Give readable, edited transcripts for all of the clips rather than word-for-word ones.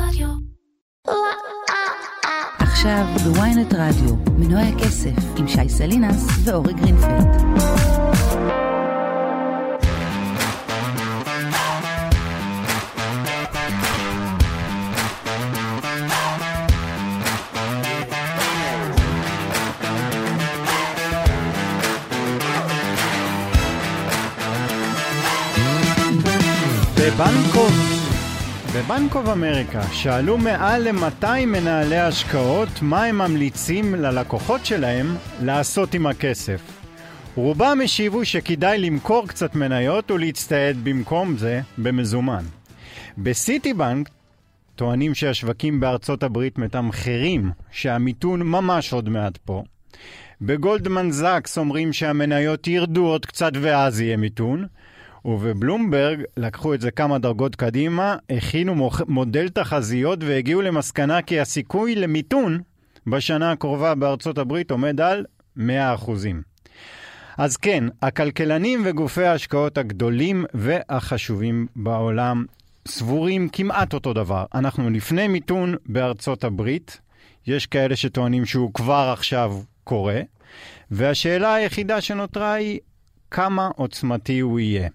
עכשיו בוויינט רדיו, מנועי הכסף עם שי סלינס ואורי גרינפלד. בבנק אוף אמריקה שאלו מעל ל-200 מנהלי השקעות מה הם ממליצים ללקוחות שלהם לעשות עם הכסף. רובם השיבו שכדאי למכור קצת מניות ולהצטייד במקום זה במזומן. בסיטי בנק טוענים שהשווקים בארצות הברית מתמחרים שהמיתון ממש עוד מעט פה. בגולדמן זאקס אומרים שהמניות ירדו עוד קצת ואז יהיה מיתון. ובבלומברג לקחו את זה כמה דרגות קדימה, הכינו מודל תחזיות והגיעו למסקנה כי הסיכוי למיתון בשנה הקרובה בארצות הברית עומד על 100%. אז כן, הכלכלנים וגופי ההשקעות הגדולים והחשובים בעולם סבורים כמעט אותו דבר. אנחנו לפני מיתון בארצות הברית, יש כאלה שטוענים שהוא כבר עכשיו קורה, והשאלה היחידה שנותרה היא כמה עוצמתי הוא יהיה.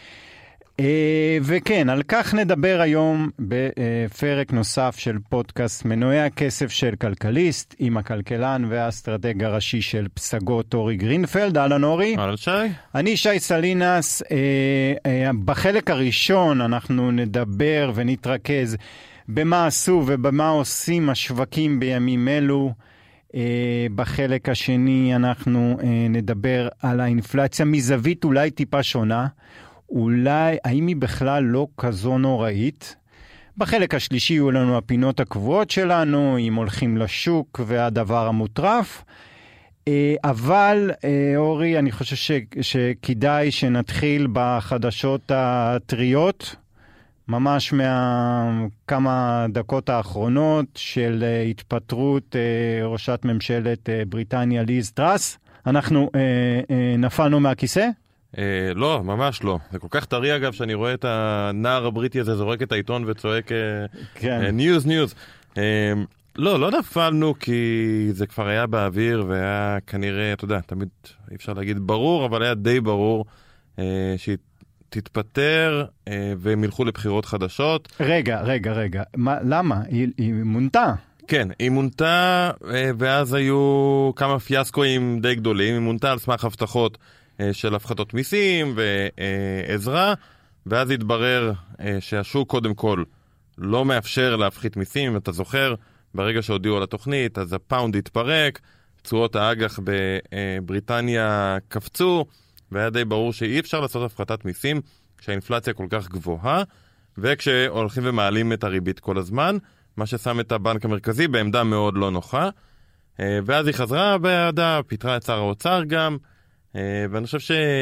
וכן, על כך נדבר היום בפרק נוסף של פודקאסט מנועי הכסף של כלכליסט, עם הכלכלן והאסטרטג הראשי של פסגות אורי גרינפלד. אהלן אורי. אהלן שי. אני שי סלינס. בחלק הראשון אנחנו נדבר ונתרכז במה עשו ובמה עושים השווקים בימים אלו. בחלק השני אנחנו נדבר על האינפלציה מזווית אולי טיפה שונה, אולי האם היא בכלל לא כזו נוראית. בחלק השלישי יהיו לנו הפינות הקבועות שלנו, אם הולכים לשוק והדבר המוטרף. אבל אורי, אני חושב שכדאי שנתחיל בחדשות הטריות, ממש מכמה דקות האחרונות של התפטרות ראשת ממשלת בריטניה ליז טראס. אנחנו נפלנו מהכיסא? לא, ממש לא. זה כל כך טרי אגב שאני רואה את הנער הבריטי הזה זורק את העיתון וצועק ניוז. לא נפלנו כי זה כבר היה באוויר והיה כנראה, אתה יודע, תמיד אי אפשר להגיד ברור, אבל היה די ברור שהיא תתפטר והם ילכו לבחירות חדשות. רגע. למה? היא מונתה. כן, היא מונתה ואז היו כמה פיאסקויים די גדולים. היא מונתה על סמך הבטחות של הפחתות מיסים ועזרה, ואז התברר שהשוק קודם כל לא מאפשר להפחית מיסים. אם אתה זוכר, ברגע שהודיעו על התוכנית, אז הפאונד התפרק, תשואות האג"ח בבריטניה קפצו, והיה די ברור שאי אפשר לעשות הפחתת מיסים כשהאינפלציה כל כך גבוהה, וכשהולכים ומעלים את הריבית כל הזמן, מה ששם את הבנק המרכזי בעמדה מאוד לא נוחה. ואז היא חזרה בעדה, פיתרה את שר האוצר גם, ואני חושב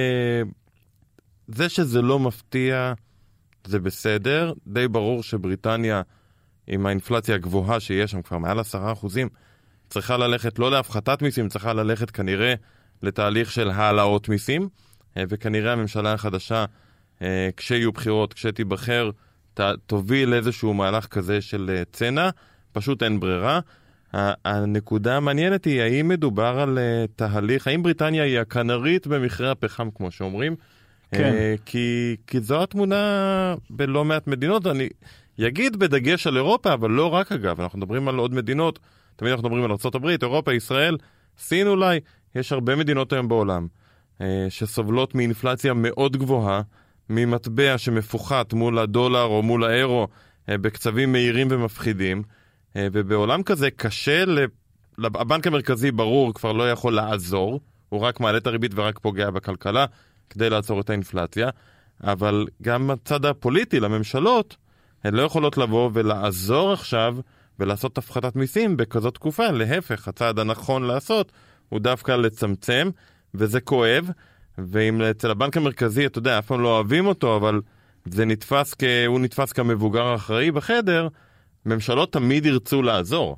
שזה לא מפתיע, זה בסדר. די ברור שבריטניה, עם האינפלציה הגבוהה שיש שם כבר מעל 10%, צריכה ללכת לא להפחתת מיסים, צריכה ללכת כנראה לתהליך של העלאות מיסים, וכנראה הממשלה החדשה, כשיהיו בחירות, כשתיבחר, תוביל איזשהו מהלך כזה של צנע, פשוט אין ברירה. הנקודה המעניינת היא, האם מדובר על תהליך, האם בריטניה היא הקנרית במחירי הפחם, כמו שאומרים? כן. כי זו התמונה בלא מעט מדינות, אני אגיד בדגש על אירופה, אבל לא רק אגב, אנחנו מדברים על עוד מדינות, תמיד אנחנו מדברים על ארצות הברית, אירופה, ישראל, סין אולי, יש הרבה מדינות היום בעולם, שסובלות מאינפלציה מאוד גבוהה, ממטבע שמפוחת מול הדולר או מול האירו, בקצבים מהירים ומפחידים, ובעולם כזה קשה, הבנק המרכזי ברור כבר לא יכול לעזור, הוא רק מעלה את הריבית ורק פוגע בכלכלה, כדי לעצור את האינפלציה, אבל גם הצד הפוליטי לממשלות, הן לא יכולות לבוא ולעזור עכשיו, ולעשות הפחתת מיסים בכזאת תקופה. להפך, הצעד הנכון לעשות, הוא דווקא לצמצם, וזה כואב, ואם אצל הבנק המרכזי, אתה יודע, אף פעם לא אוהבים אותו, אבל הוא נתפס כמבוגר האחראי בחדר, ממשלות תמיד ירצו לעזור.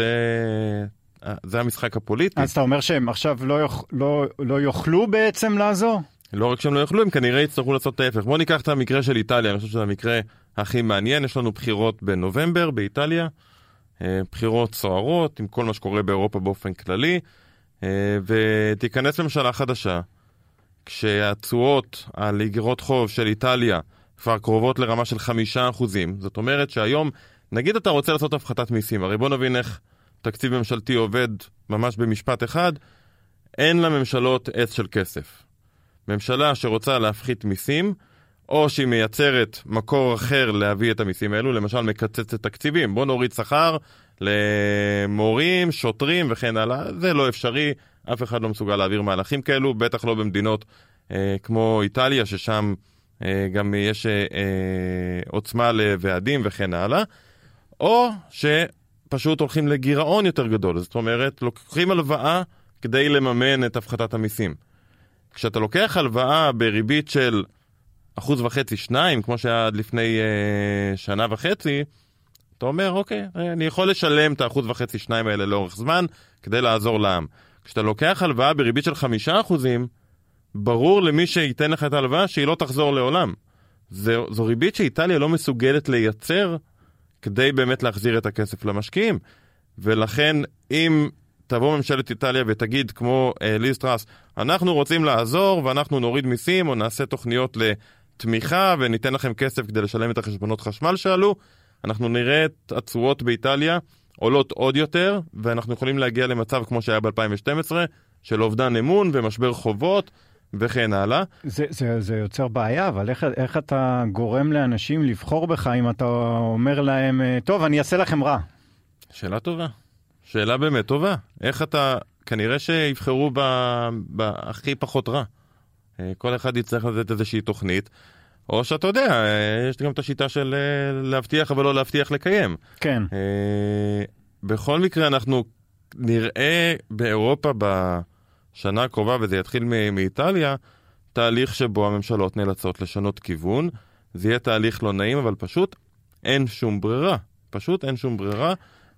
זה המשחק הפוליטי. אז אתה אומר שהם עכשיו לא יוכלו בעצם לעזור? לא רק שהם לא יוכלו, הם כנראה יצטרכו לעשות את ההפך. בוא ניקח את המקרה של איטליה, אני חושב שזה המקרה הכי מעניין, יש לנו בחירות בנובמבר באיטליה, בחירות סוערות עם כל מה שקורה באירופה באופן כללי, ותיכנס ממשלה חדשה, כשהתשואות על איגרות חוב של איטליה כבר קרובות לרמה של 5%, זאת אומרת שהיום, נגיד אתה רוצה לעשות הפחתת מיסים, הרי בוא נבין איך תקציב ממשלתי עובד ממש במשפט אחד, אין לממשלות עץ של כסף. ממשלה שרוצה להפחית מיסים, או שהיא מייצרת מקור אחר להביא את המיסים האלו, למשל מקצצת תקציבים, בוא נוריד שכר למורים, שוטרים וכן הלאה, זה לא אפשרי, אף אחד לא מסוגל להעביר מהלכים כאלו, בטח לא במדינות כמו איטליה, ששם גם יש עוצמה לוועדים וכן הלאה, או שפשוט הולכים לגירעון יותר גדול, זאת אומרת, לוקחים הלוואה כדי לממן את הפחתת המיסים. כשאתה לוקח הלוואה בריבית של 1.5-2%, כמו שהיה עד לפני שנה וחצי, אתה אומר, אוקיי, אני יכול לשלם את 1.5-2% האלה לאורך זמן, כדי לעזור לעם. כשאתה לוקח הלוואה בריבית של 5%, ברור למי שייתן לך את ההלוואה שהיא לא תחזור לעולם. זו ריבית שאיטליה לא מסוגלת לייצר, כדי באמת להחזיר את הכסף למשקיעים. ולכן, אם תבוא ממשלת איטליה ותגיד, כמו ליז טראס, אנחנו רוצים לעזור, ואנחנו נוריד מיסים, או נעשה תוכניות לתמיכה, וניתן לכם כסף כדי לשלם את החשבונות חשמל שעלו, אנחנו נראה את התשואות באיטליה עולות עוד יותר, ואנחנו יכולים להגיע למצב כמו שהיה ב-2012, של אובדן אמון ומשבר חובות, וכן הלאה. זה יוצר בעיה, אבל איך אתה גורם לאנשים לבחור בך, אם אתה אומר להם, טוב, אני אעשה לכם רע? שאלה טובה. שאלה באמת טובה. איך אתה, כנראה שיבחרו בהכי פחות רע. כל אחד יצטרך לתת איזושהי תוכנית, או שאתה יודע, יש גם את השיטה של להבטיח אבל לא להבטיח לקיים. כן. בכל מקרה אנחנו נראה באירופה בשנה הקרובה, וזה יתחיל מאיטליה, תהליך שבו הממשלות נאלצות לשנות כיוון. זה יהיה תהליך לא נעים, אבל פשוט אין שום ברירה. פשוט אין שום ברירה,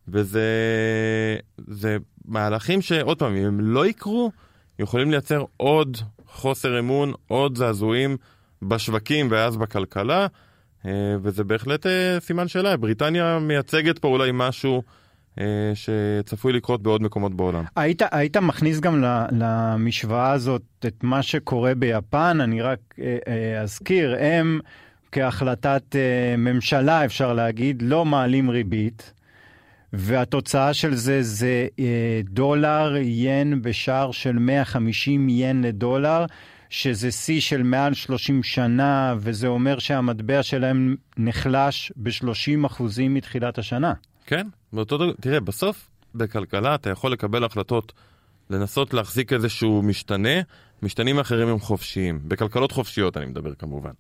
וזה מהלכים שעוד פעם, אם הם לא יקרו, יכולים לייצר עוד חוסר אמון, עוד זעזועים בשווקים ואז בכלכלה, וזה בהחלט סימן שאלה. בריטניה מייצגת פה אולי משהו שצפוי לקרות בעוד מקומות בעולם. היית מכניס גם למשוואה הזאת את מה שקורה ביפן, אני רק אזכיר, הם כהחלטת ממשלה אפשר להגיד, לא מעלים ריבית, והתוצאה של זה דולר ין בשער של 150 ין לדולר, שזה שיא של מעל 30 שנה, וזה אומר שהמטבע שלהם נחלש ב-30% מתחילת השנה. כן, תראה, בסוף בכלכלה אתה יכול לקבל החלטות, לנסות להחזיק איזשהו משתנה, משתנים אחרים הם חופשיים, בכלכלות חופשיות אני מדבר כמובן.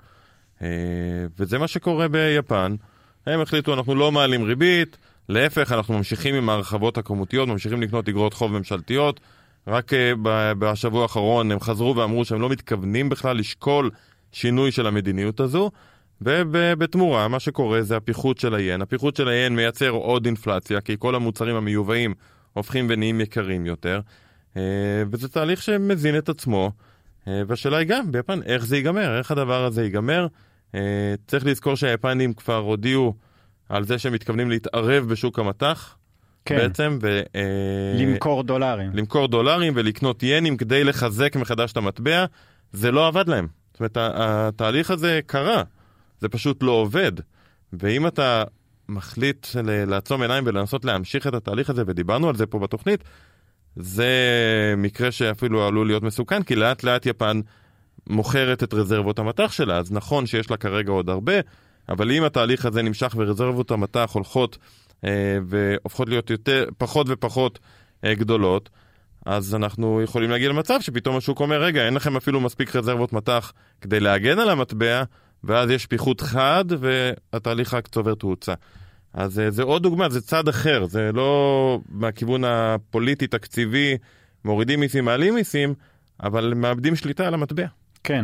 וזה מה שקורה ביפן, הם החליטו אנחנו לא מעלים ריבית, להפך אנחנו ממשיכים עם ההרחבות הכמותיות, ממשיכים לקנות אגרות חוב ממשלתיות, רק בשבוע האחרון הם חזרו ואמרו שהם לא מתכוונים בכלל לשקול שינוי של המדיניות הזו, ובתמורה מה שקורה זה הפיחות של היין. הפיחות של היין מייצר עוד אינפלציה, כי כל המוצרים המיובאים הופכים ונהיים יקרים יותר, וזה תהליך שמזין את עצמו, והשאלה היא גם ביפן, איך זה ייגמר, איך הדבר הזה ייגמר. צריך לזכור שהיפנים כבר הודיעו על זה שהם מתכוונים להתערב בשוק המטח, כן. בעצם, למכור דולרים. למכור דולרים ולקנות ינים כדי לחזק מחדש את המטבע, זה לא עבד להם. זאת אומרת, התהליך הזה קרה, זה פשוט לא עובד. ואם אתה מחליט לעצום עיניים ולנסות להמשיך את התהליך הזה, ודיברנו על זה פה בתוכנית, זה מקרה שאפילו עלול להיות מסוכן, כי לאט לאט יפן מוכרת את רזרבות המטח שלה, אז נכון שיש לה כרגע עוד הרבה, אבל אם התהליך הזה נמשך ורזרבות המטח הולכות והופכות להיות פחות ופחות גדולות, אז אנחנו יכולים להגיע למצב שפתאום השוק אומר, רגע, אין לכם אפילו מספיק רזרבות מטח כדי להגן על המטבע, ואז יש פיחות חד והתהליך רק צובר תאוצה. אז זה עוד דוגמה, זה צד אחר, זה לא מהכיוון הפוליטי-תקציבי, מורידים מיסים, מעלים מיסים, אבל מאבדים שליטה על המטבע. כן.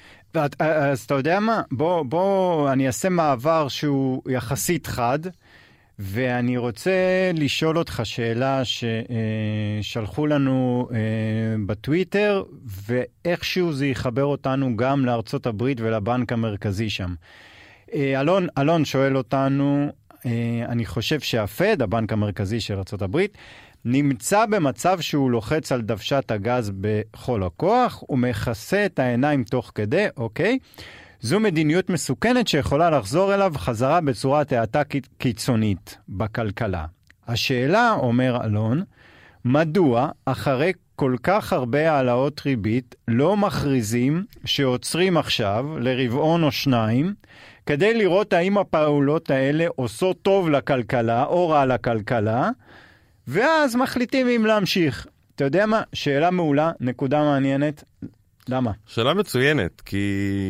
אז אתה יודע מה? בוא אני אעשה מעבר שהוא יחסית חד, ואני רוצה לשאול אותך שאלה ששלחו לנו בטוויטר, ואיכשהו זה יחבר אותנו גם לארצות הברית ולבנק המרכזי שם. אלון שואל אותנו, אני חושב שהפד, הבנק המרכזי של ארצות הברית, נמצא במצב שהוא לוחץ על דוושת הגז בכל הכוח, הוא מכסה את העיניים תוך כדי, אוקיי? זו מדיניות מסוכנת שיכולה לחזור אליו חזרה בצורת האטה קיצונית בכלכלה. השאלה, אומר אלון, מדוע אחרי כל כך הרבה העלאות ריבית לא מכריזים שעוצרים עכשיו לרבעון או שניים, כדי לראות האם הפעולות האלה עושות טוב לכלכלה או רע לכלכלה, ואז מחליטים אם להמשיך. אתה יודע מה? שאלה מעולה, נקודה מעניינת. למה? שאלה מצוינת, כי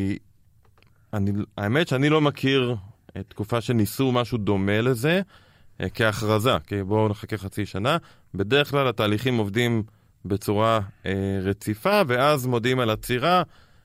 האמת שאני לא מכיר תקופה שניסו משהו דומה לזה כהכרזה, כי בואו נחכה חצי שנה. בדרך כלל התהליכים עובדים בצורה רציפה, ואז מודיעים על הצירה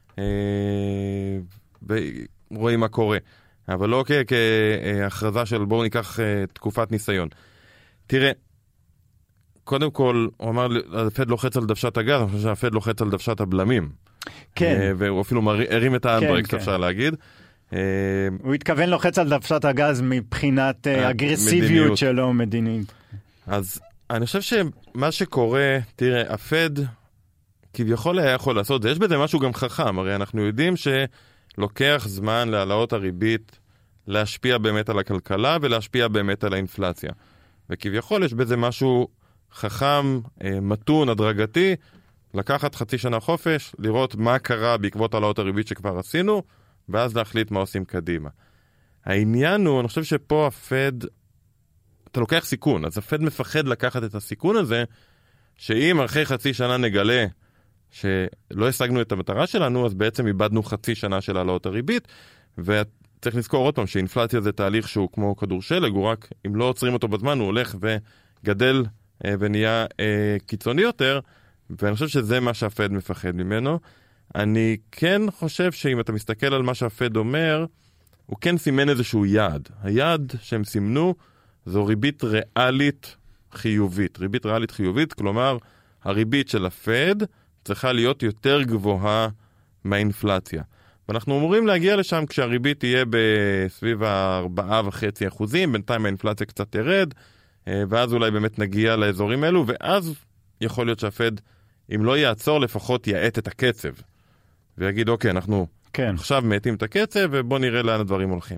ורואים מה קורה. אבל לא כהכרזה של בואו ניקח תקופת ניסיון. תראה, קודם כל, הוא אמר, הפד לוחץ על דוושת הגז, אני חושב שהפד לוחץ על דוושת הבלמים. כן. והוא אפילו הרים את האנברקס, כן. אפשר להגיד. הוא התכוון לוחץ על דוושת הגז מבחינת אגרסיביות שלו, מדינית. אז אני חושב שמה שקורה, תראה, הפד כביכול היה יכול לעשות זה, יש בזה משהו גם חכם, הרי אנחנו יודעים שלוקח זמן להעלאות הריבית להשפיע באמת על הכלכלה ולהשפיע באמת על האינפלציה. וכביכול יש בזה משהו חכם, מתון, הדרגתי, לקחת חצי שנה חופש, לראות מה קרה בעקבות העלאות הריבית שכבר עשינו, ואז להחליט מה עושים קדימה. העניין הוא, אני חושב שפה הפד, אתה לוקח סיכון, אז הפד מפחד לקחת את הסיכון הזה, שאם אחרי חצי שנה נגלה שלא השגנו את המטרה שלנו, אז בעצם איבדנו חצי שנה של העלאות הריבית, וצריך לזכור עוד פעם שאינפלציה זה תהליך שהוא כמו כדור שלג, הוא רק, אם לא עוצרים אותו בזמן, הוא הולך וגדל ונהיה קיצוני יותר, ואני חושב שזה מה שהפד מפחד ממנו. אני כן חושב שאם אתה מסתכל על מה שהפד אומר, הוא כן סימן איזשהו יעד. היעד שהם סימנו זו ריבית ריאלית חיובית. ריבית ריאלית חיובית, כלומר, הריבית של הפד צריכה להיות יותר גבוהה מהאינפלציה. ואנחנו אמורים להגיע לשם כשהריבית תהיה בסביב 4.5%, בינתיים האינפלציה קצת תרד, ואז אולי באמת נגיע לאזורים אלו, ואז יכול להיות שהפד, אם לא יעצור, לפחות יעט את הקצב. ויגיד, אוקיי, אנחנו עכשיו מעטים את הקצב, ובוא נראה לאן הדברים הולכים.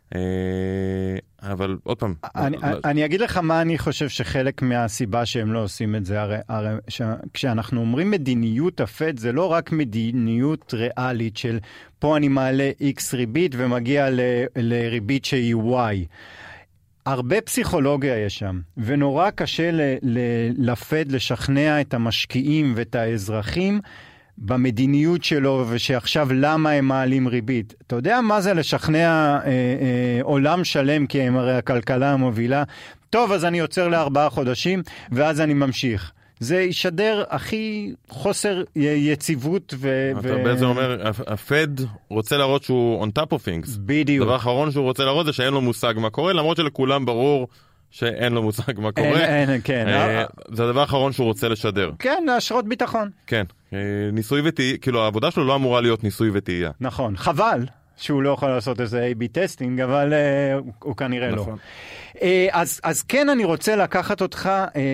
אבל עוד פעם. אני אגיד לך מה אני חושב שחלק מהסיבה שהם לא עושים את זה, הרי כשאנחנו אומרים מדיניות הפד, זה לא רק מדיניות ריאלית של פה אני מעלה X ריבית ומגיע לריבית שהיא Y. הרבה פסיכולוגיה יש שם, ונורא קשה לפד לשכנע את המשקיעים ואת האזרחים במדיניות שלו, ושעכשיו למה הם מעלים ריבית. אתה יודע מה זה לשכנע עולם שלם, כי הם הרי הכלכלה המובילה, טוב, אז אני יוצר ל4 חודשים, ואז אני ממשיך. זה ישדר הכי חוסר יציבות אתה בעצם אומר, הפד רוצה להראות שהוא on top of things. בדיוק. דבר אחרון שהוא רוצה להראות זה שאין לו מושג מה קורה, למרות שלכולם ברור שאין לו מושג מה קורה. כן. זה הדבר האחרון שהוא רוצה לשדר. כן, להשרות ביטחון. כן. ניסוי וטעייה, כאילו העבודה שלו לא אמורה להיות ניסוי וטעייה. נכון. חבל שהוא לא יכול לעשות איזה A-B טסטינג, אבל הוא כנראה נכון. לא. אז כן, אני רוצה לקחת אותך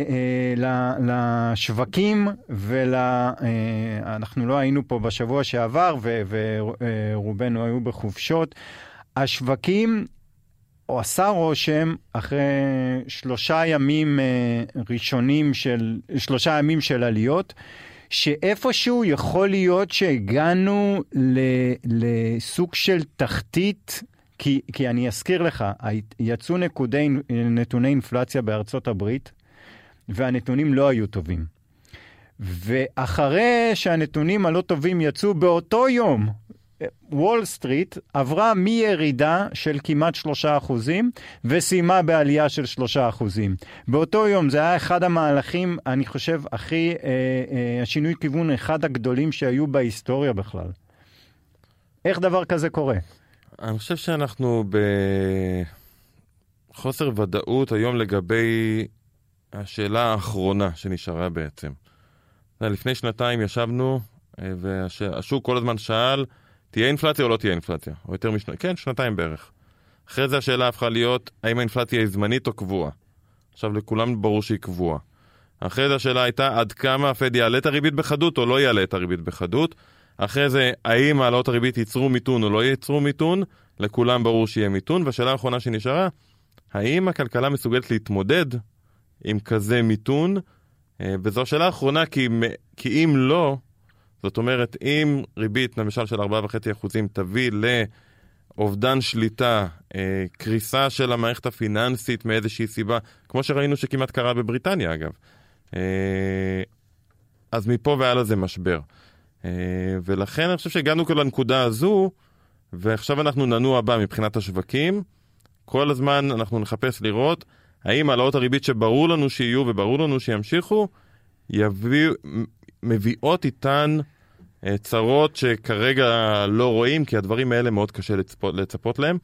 לשווקים, אנחנו לא היינו פה בשבוע שעבר, ורובנו היו בחופשות. השווקים, או עשה רושם, אחרי 3 ימים ראשונים 3 ימים של עליות, שאיפשהו יכול להיות שהגענו לסוג של תחתית, כי אני אזכיר לך, יצאו נתוני אינפלציה בארצות הברית, והנתונים לא היו טובים. ואחרי שהנתונים הלא טובים יצאו באותו יום, וול סטריט עברה מירידה של כמעט 3% וסיימה בעלייה של 3%. באותו יום זה היה אחד המהלכים, אני חושב, הכי, השינוי כיוון אחד הגדולים שהיו בהיסטוריה בכלל. איך דבר כזה קורה? אני חושב שאנחנו בחוסר ודאות היום לגבי השאלה האחרונה שנשארה בעצם. לפני 2 ישבנו, והשוק כל הזמן שאל, תהיה אינפלציה או לא תהיה אינפלציה? או יותר כן, שנתיים בערך. אחרי זה השאלה הפכה להיות, האם האינפלציה היא זמנית או קבועה? עכשיו לכולם ברור שהיא קבועה. אחרי זה השאלה הייתה, עד כמה הפד יעלה את הריבית בחדות או לא יעלה את הריבית בחדות? אחרי זה, האם העלות הריבית ייצרו מיתון או לא ייצרו מיתון? לכולם ברור שיהיה מיתון. והשאלה האחרונה שנשארה, האם הכלכלה מסוגלת להתמודד עם כזה מיתון? וזו השאלה האחרונה, כי אם לא, זאת אומרת, אם ריבית, למשל של 4.5% תביא לאובדן שליטה, קריסה של המערכת הפיננסית מאיזושהי סיבה, כמו שראינו שכמעט קרה בבריטניה אגב, אז מפה ועלה זה משבר. ולכן אני חושב שהגענו כל הנקודה הזו, ועכשיו אנחנו ננוע בה מבחינת השווקים. כל הזמן אנחנו נחפש לראות האם העלאות הריבית שברור לנו שיהיו וברור לנו שימשיכו, מביאות איתן צרות שכרגע לא רואים, כי הדברים האלה מאוד קשה לצפות להם.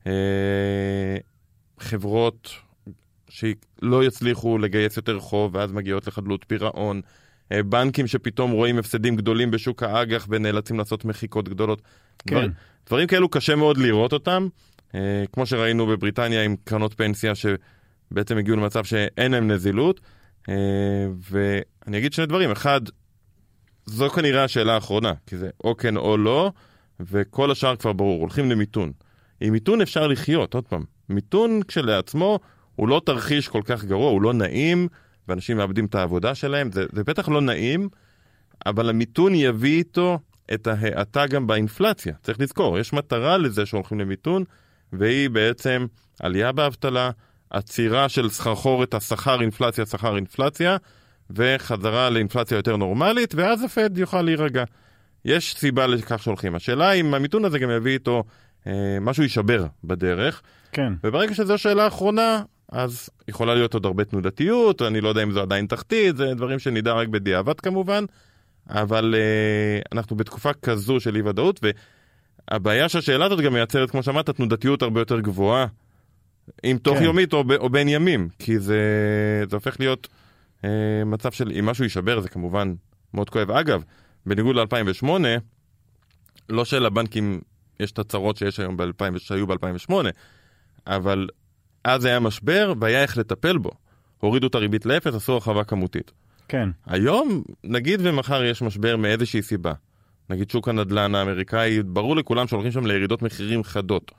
חברות שלא יצליחו לגייס יותר חוב, ואז מגיעות לחדלות פירעון. בנקים שפתאום רואים הפסדים גדולים בשוק האג"ח ונאלצים לעשות מחיקות גדולות. כן. דברים כאלו קשה מאוד לראות אותם, כמו שראינו בבריטניה עם קרנות פנסיה שבעצם הגיעו למצב שאין להם נזילות. ואני אגיד שני דברים. אחד, זו כנראה השאלה האחרונה, כי זה או כן או לא, וכל השאר כבר ברור, הולכים למיתון. עם מיתון אפשר לחיות, עוד פעם. מיתון כשלעצמו הוא לא תרחיש כל כך גרוע, הוא לא נעים, ואנשים מאבדים את העבודה שלהם, זה בטח לא נעים, אבל המיתון יביא איתו את ההאטה גם באינפלציה. צריך לזכור, יש מטרה לזה שהולכים למיתון, והיא בעצם עלייה באבטלה, עצירה של סחרחורת השכר אינפלציה, שכר אינפלציה, וחזרה לאינפלציה יותר נורמלית, ואז הפד יוכל להירגע. יש סיבה לכך שהולכים. השאלה אם המיתון הזה גם יביא איתו משהו יישבר בדרך. כן. וברגע שזו שאלה האחרונה, אז יכולה להיות עוד הרבה תנודתיות, אני לא יודע אם זו עדיין תחתית, זה דברים שנדע רק בדיעבד כמובן, אבל אנחנו בתקופה כזו של אי ודאות, והבעיה שהשאלה הזאת גם מייצרת, כמו שאמרת, תנודתיות הרבה יותר גבוהה, אם תוך יומית או בין ימים, כי זה הופך להיות מצב של אם משהו יישבר, זה כמובן מאוד כואב. אגב, בניגוד ל-2008, לא שלבנקים יש את הצרות שיש היום שהיו ב-2008, אבל אז היה משבר והיה איך לטפל בו. הורידו את הריבית לאפס, עשו הרחבה כמותית. כן. היום, נגיד ומחר יש משבר מאיזושהי סיבה. נגיד שוק הנדל"ן האמריקאי, ברור לכולם שהולכים שם לירידות מחירים חדות.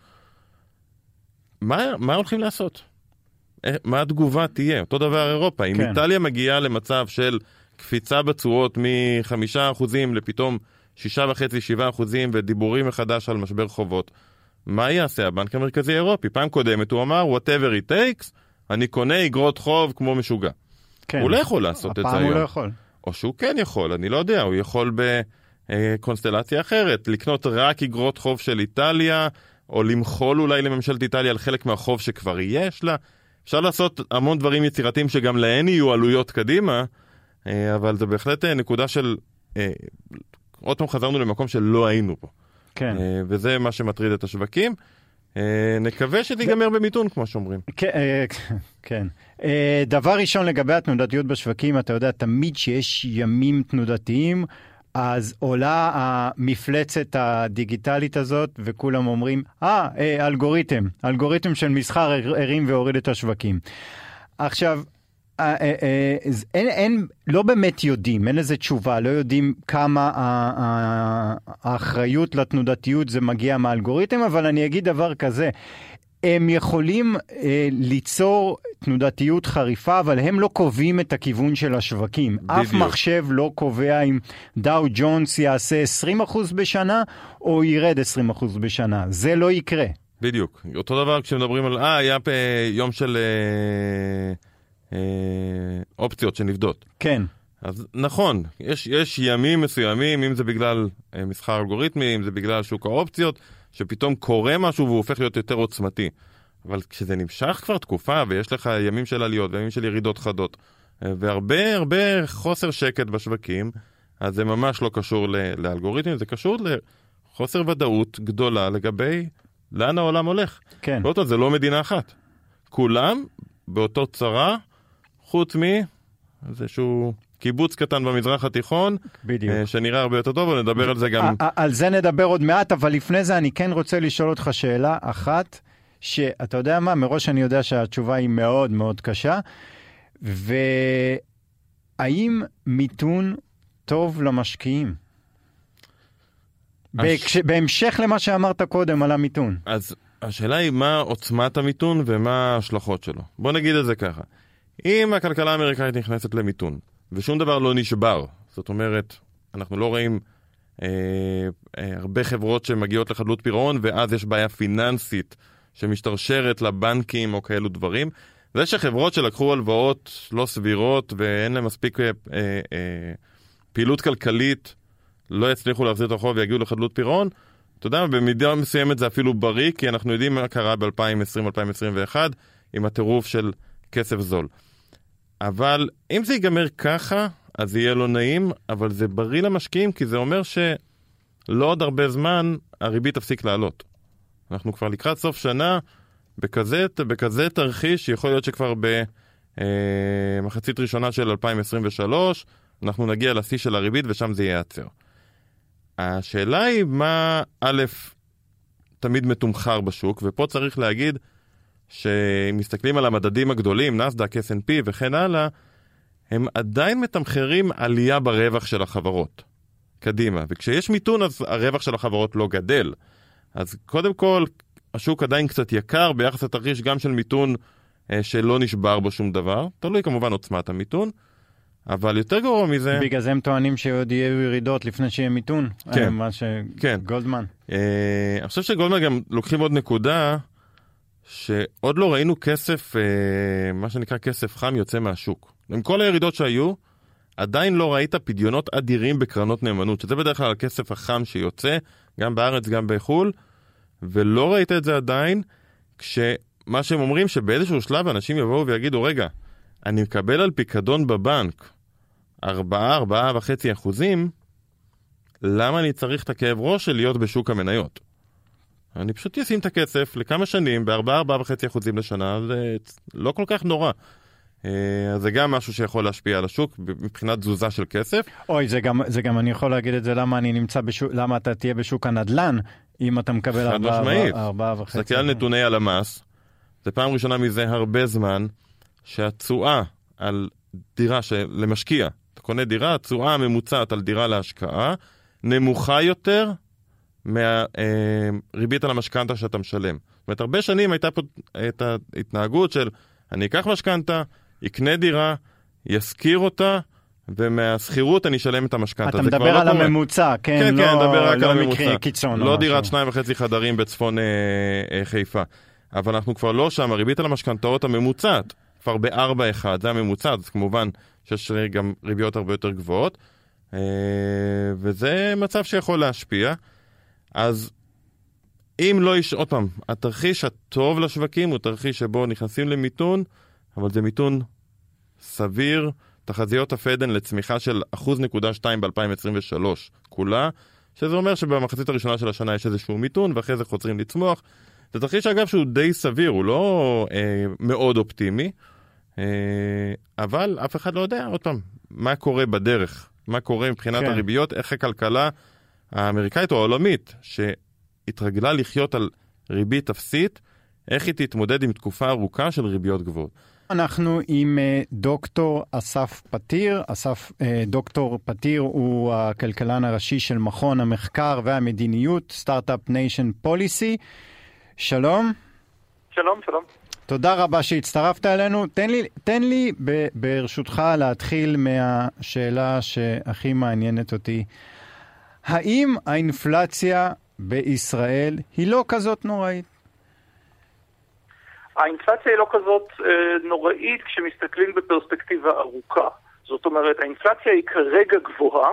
מה הולכים לעשות? מה התגובה תהיה? אותו דבר אירופה. אם איטליה מגיעה למצב של קפיצה בצורות מ5% לפתאום 6.5-7% ודיבורים מחדש על משבר חובות, מה יעשה הבנק המרכזי האירופי? פעם קודמת הוא אמר, whatever it takes, אני קונה אגרות חוב כמו משוגע. כן. הוא לא יכול לעשות את זה היום. הפעם הוא לא יכול. או שהוא כן יכול, אני לא יודע, הוא יכול בקונסטלציה אחרת, לקנות רק אגרות חוב של איטליה, או למחול אולי לממשלת איטליה על חלק מהחוב שכבר יש לה. אפשר לעשות המון דברים יצירתיים שגם להן יהיו עלויות קדימה, אבל זה בהחלט נקודה של, עוד פעם חזרנו למקום שלא היינו פה. כן. וזה מה שמטריד את השווקים. נקווה שתיגמר במיתון, כמו שאומרים. כן. דבר ראשון לגבי התנודתיות בשווקים, אתה יודע, תמיד שיש ימים תנודתיים, אז עולה המפלצת הדיגיטלית הזאת, וכולם אומרים, אלגוריתם של מסחר הרים והוריד את השווקים. עכשיו, לא באמת יודעים, אין איזה תשובה, לא יודעים כמה האחריות לתנודתיות זה מגיע מהאלגוריתם, אבל אני אגיד דבר כזה, הם יכולים ליצור תנודתיות חריפה, אבל הם לא קובעים את הכיוון של השווקים. בדיוק. אף מחשב לא קובע אם דאו ג'ונס יעשה 20% בשנה, או ירד 20% בשנה. זה לא יקרה. בדיוק. אותו דבר כשמדברים על, היה יום של אופציות שנבדות. כן. אז נכון, יש ימים מסוימים, אם זה בגלל מסחר אלגוריתמי, אם זה בגלל שוק האופציות, שפתאום קורה משהו והוא הופך להיות יותר עוצמתי. אבל כשזה נמשך כבר תקופה, ויש לך ימים של עליות וימים של ירידות חדות, והרבה חוסר שקט בשווקים, אז זה ממש לא קשור לאלגוריתמים, זה קשור לחוסר ודאות גדולה לגבי לאן העולם הולך. כן. באותו, זה לא מדינה אחת. כולם באותו צרה, חוץ מאיזשהו קיבוץ קטן במזרח התיכון, בדיוק. שנראה הרבה יותר טוב, ונדבר על זה גם... על זה נדבר עוד מעט, אבל לפני זה אני כן רוצה לשאול אותך שאלה אחת, שאתה יודע מה, מראש אני יודע שהתשובה היא מאוד מאוד קשה, והאם מיתון טוב למשקיעים? בהמשך למה שאמרת קודם על המיתון. אז השאלה היא מה עוצמת המיתון ומה ההשלכות שלו. בוא נגיד את זה ככה. אם הכלכלה האמריקאית נכנסת למיתון, ושום דבר לא נשבר, זאת אומרת, אנחנו לא רואים הרבה חברות שמגיעות לחדלות פירעון, ואז יש בעיה פיננסית שמשתרשרת לבנקים או כאלו דברים. זה שחברות שלקחו הלוואות לא סבירות, ואין להם מספיק פעילות כלכלית, לא יצליחו להחזיר את החוב ויגיעו לחדלות פירעון, אתה יודע, במידה מסוימת זה אפילו בריא, כי אנחנו יודעים מה קרה ב-2020-2021 עם הטירוף של כסף זול. אבל אם זה ייגמר ככה, אז יהיה לא נעים, אבל זה בריא למשקיעים, כי זה אומר שלא עוד הרבה זמן הריבית תפסיק לעלות. אנחנו כבר לקראת סוף שנה, בכזה תרחיש, שיכול להיות שכבר במחצית ראשונה של 2023, אנחנו נגיע לשיא של הריבית ושם זה ייעצר. השאלה היא מה א' תמיד מתומחר בשוק, ופה צריך להגיד שמסתכלים על המדדים הגדולים, נסדק, S&P וכן הלאה, הם עדיין מתמחרים עלייה ברווח של החברות. קדימה. וכשיש מיתון אז הרווח של החברות לא גדל. אז קודם כל, השוק עדיין קצת יקר ביחס לתרחיש גם של מיתון שלא נשבר בו שום דבר. תלוי כמובן עוצמת המיתון. אבל יותר גרוע מזה... בגלל זה הם טוענים שעוד יהיו ירידות לפני שיהיה מיתון. כן. מה גולדמן. אני חושב שגולדמן גם לוקחים עוד נקודה, שעוד לא ראינו כסף, מה שנקרא כסף חם יוצא מהשוק. עם כל הירידות שהיו, עדיין לא ראית פדיונות אדירים בקרנות נאמנות, שזה בדרך כלל הכסף החם שיוצא, גם בארץ, גם בחול, ולא ראית את זה עדיין, כשמה שהם אומרים שבאיזשהו שלב אנשים יבואו ויגידו, רגע, אני מקבל על פיקדון בבנק 4.5%, למה אני צריך את הכאב ראש של להיות בשוק המניות? אני פשוט אשים את הכסף לכמה שנים, ב4.5% לשנה, זה לא כל כך נורא. זה גם משהו שיכול להשפיע על השוק מבחינת תזוזה של כסף. אוי, זה גם אני יכול להגיד את זה, למה אתה תהיה בשוק הנדל"ן, אם אתה מקבל 4.5%. תסתכל על נתוני הלמ"ס, זה פעם ראשונה מזה הרבה זמן, שהתשואה על דירה למשקיע, אתה קונה דירה, התשואה הממוצעת על דירה להשקעה, נמוכה יותר מהריבית על המשכנתה שאתה משלם. זאת אומרת, הרבה שנים הייתה פה את ההתנהגות של, אני אקח משכנתה, יקנה דירה, יזכיר אותה, ומהסחירות אני אשלם את המשכנתה. אתה מדבר על הממוצע, כן? כן, נדבר רק על הממוצע. מקרה קיצון. לא דירת 2.5 חדרים בצפון חיפה. אבל אנחנו כבר לא שם, הריבית על המשכנתאות הממוצעת, כבר ב-4.1, זה הממוצע, אז כמובן שיש גם ריביות הרבה יותר גבוהות, וזה מצב שיכול להשפיע. אז אם לא עוד פעם, התרחיש הטוב לשווקים הוא תרחיש שבו נכנסים למיתון, אבל זה מיתון סביר, תחזיות הפדן לצמיחה של 1.2% ב-2023 כולה, שזה אומר שבמחצית הראשונה של השנה יש איזשהו מיתון, ואחרי זה חוזרים לצמוח. זה תרחיש אגב שהוא די סביר, הוא לא מאוד אופטימי, אבל אף אחד לא יודע, עוד פעם, מה קורה בדרך, מה קורה מבחינת הריביות, איך הכלכלה האמריקאית או העולמית, שהתרגלה לחיות על ריבית אפסית, איך היא תתמודד עם תקופה ארוכה של ריביות גבוהות. אנחנו עם דוקטור אסף פתיר. דוקטור פתיר הוא הכלכלן הראשי של מכון המחקר והמדיניות, סטארט-אפ ניישן פוליסי. שלום. שלום, שלום. תודה רבה שהצטרפת אלינו. תן לי ברשותך להתחיל מהשאלה שהכי מעניינת אותי. האם האינפלציה בישראל היא לא כזאת נוראית? האינפלציה היא לא כזאת נוראית כשמסתכלים בפרספקטיבה ארוכה. זאת אומרת, האינפלציה היא כרגע גבוהה,